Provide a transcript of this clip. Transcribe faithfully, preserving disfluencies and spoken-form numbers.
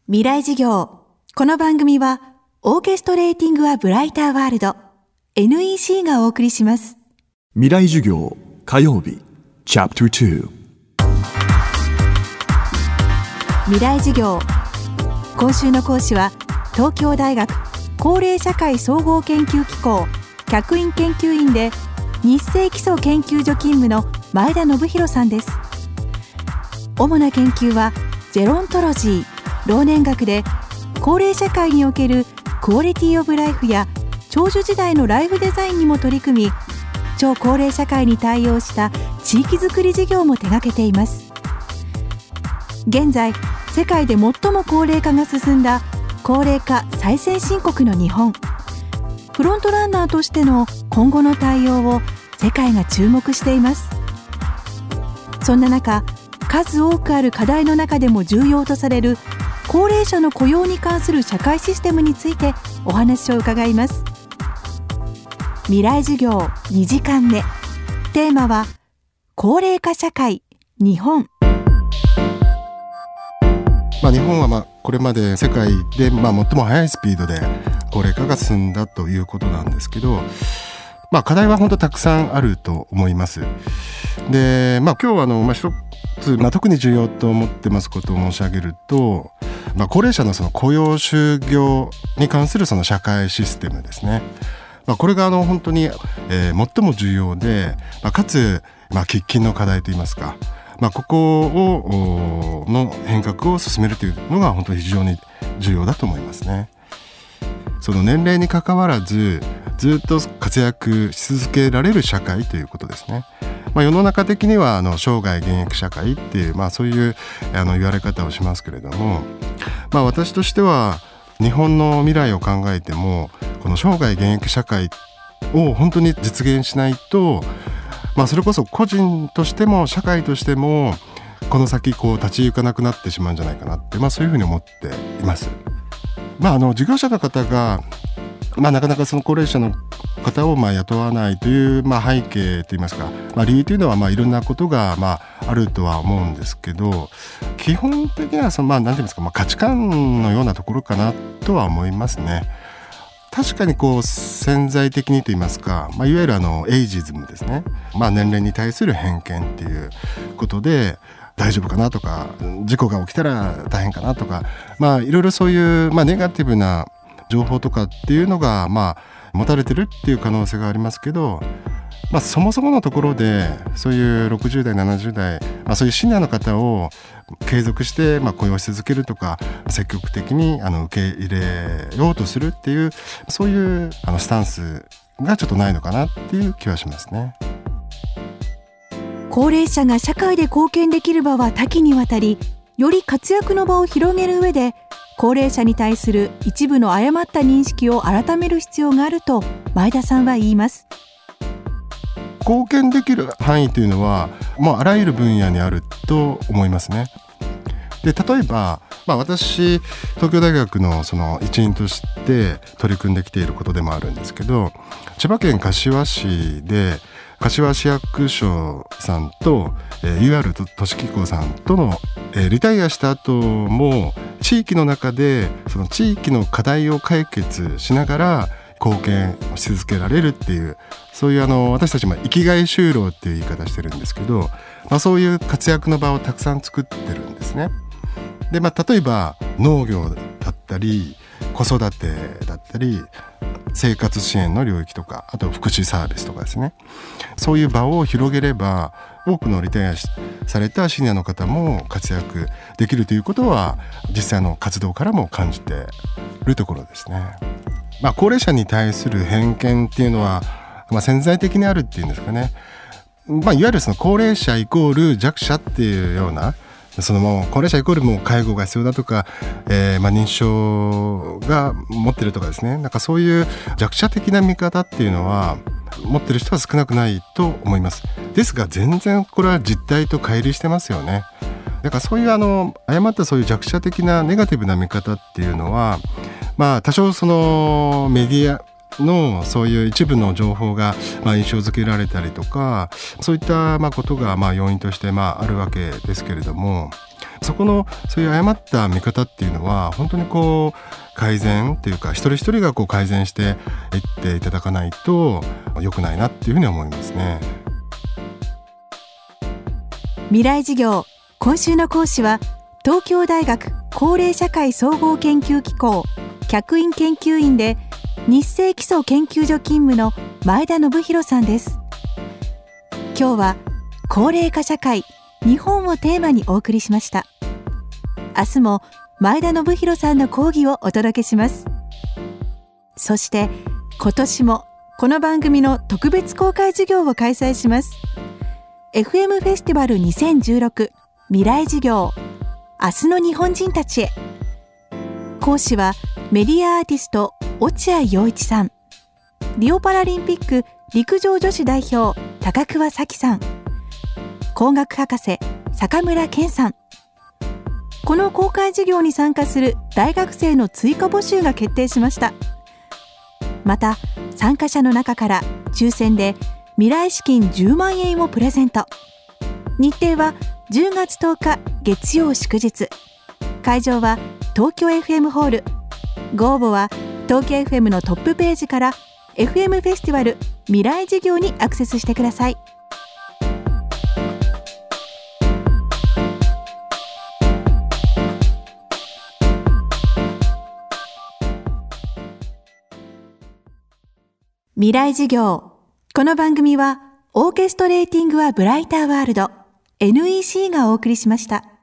未来授業。この番組はオーケストレーティング・ア・ブライター・ワールド エヌイーシー がお送りします。 未来授業火曜日チャプターに。 未来授業。今週の講師は東京大学高齢社会総合研究機構客員研究員で日清基礎研究所勤務の前田信弘さんです。主な研究はジェロントロジー、老年学で高齢社会におけるクオリティオブライフや長寿時代のライフデザインにも取り組み、超高齢社会に対応した地域づくり事業も手掛けています。現在世界で最も高齢化が進んだ高齢化最先進国の日本。フロントランナーとしての今後の対応を世界が注目しています。そんな中、数多くある課題の中でも重要とされる高齢者の雇用に関する社会システムについてお話を伺います。未来授業にじかんめ。テーマは高齢化社会日本。 まあ、日本はまあこれまで世界でまあ最も速いスピードで高齢化が進んだということなんですけど、まあ、課題は本当たくさんあると思います。で、まあ、今日はあの、まあ、一つ、まあ、特に重要と思ってますことを申し上げると、まあ、高齢者のその雇用就業に関するその社会システムですね。まあ、これがあの本当に、えー、最も重要で、まあ、かつ、まあ、喫緊の課題といいますか、まあ、ここをの変革を進めるというのが本当に非常に重要だと思いますね。その年齢にかかわらずずっと活躍し続けられる社会ということですね。まあ、世の中的にはあの生涯現役社会っていう、まあ、そういうあの言われ方をしますけれども、まあ、私としては日本の未来を考えてもこの生涯現役社会を本当に実現しないと、まあ、それこそ個人としても社会としてもこの先こう立ち行かなくなってしまうんじゃないかなって、まあ、そういうふうに思っています。まあ、あの事業者の方が、まあ、なかなかその高齢者の方をまあ雇わないという、まあ、背景といいますか、まあ、理由というのはまあいろんなことがまああるとは思うんですけど、基本的にはそのまあ何て言うんですか、まあ、価値観のようなところかなとは思いますね。確かにこう潜在的にといいますか、まあ、いわゆるあのエイジズムですね、まあ、年齢に対する偏見っていうことで大丈夫かなとか、事故が起きたら大変かなとか、まあいろいろそういう、まあ、ネガティブな情報とかっていうのが、まあ、持たれてるっていう可能性がありますけど、まあ、そもそものところでそういうろくじゅう代ななじゅう代、まあ、そういうシニアの方を継続して、まあ、雇用し続けるとか積極的にあの受け入れようとするっていう、そういうあのスタンスがちょっとないのかなっていう気はしますね。 高齢者が社会で貢献できる場は多岐にわたり、より活躍の場を広げる上で高齢者に対する一部の誤った認識を改める必要があると前田さんは言います。 貢献できる範囲というのはもうあらゆる分野にあると思いますね。で、例えば、まあ、私東京大学のその一員として取り組んできていることでもあるんですけど、千葉県柏市で柏市役所さんと、えー、ユーアール 都市機構さんとの、えー、リタイアした後も地域の中でその地域の課題を解決しながら貢献し続けられるっていう、そういうあの私たちも生きがい就労っていう言い方してるんですけど、まあ、そういう活躍の場をたくさん作ってるんですね。で、まあ、例えば農業だったり子育てだったり生活支援の領域とか、あと福祉サービスとかですね、そういう場を広げれば多くのリタイアされたシニアの方も活躍できるということは実際の活動からも感じているところですね。まあ、高齢者に対する偏見っていうのは、まあ、潜在的にあるっていうんですかね。まあ、いわゆるその高齢者イコール弱者っていうような、そのもう高齢者イコールもう介護が必要だとか、えー、まあ認知症が持ってるとかですね、なんかそういう弱者的な見方っていうのは持ってる人は少なくないと思います。ですが全然これは実態と乖離してますよね。だからそういうあの誤ったそういう弱者的なネガティブな見方っていうのは、まあ多少そのメディアのそういう一部の情報がまあ印象付けられたりとか、そういったまあことがまあ要因としてまああるわけですけれども、 そこのそういう誤った見方っていうのは本当にこう改善というか、一人一人がこう改善していっていただかないと良くないなっていうふうに思いますね。 未来事業、今週の講師は東京大学高齢社会総合研究機構客員研究員で日清基礎研究所勤務の前田信弘さんです。今日は高齢化社会日本をテーマにお送りしました。明日も前田信弘さんの講義をお届けします。そして今年もこの番組の特別公開授業を開催します。 エフエム フェスティバルにせんじゅうろく未来授業、明日の日本人たちへ。講師はメディアアーティスト落合陽一さん、リオパラリンピック陸上女子代表高桑早紀さん、工学博士坂村健さん。この公開授業に参加する大学生の追加募集が決定しました。また参加者の中から抽選で未来資金じゅうまんえんをプレゼント。日程はじゅうがつとおか月曜祝日。会場は東京 エフエム ホール。ご応募は東京 エフエム のトップページから エフエム フェスティバル未来事業にアクセスしてください。未来事業。この番組はオーケストレーティング・ア・ブライター・ワールド エヌイーシー がお送りしました。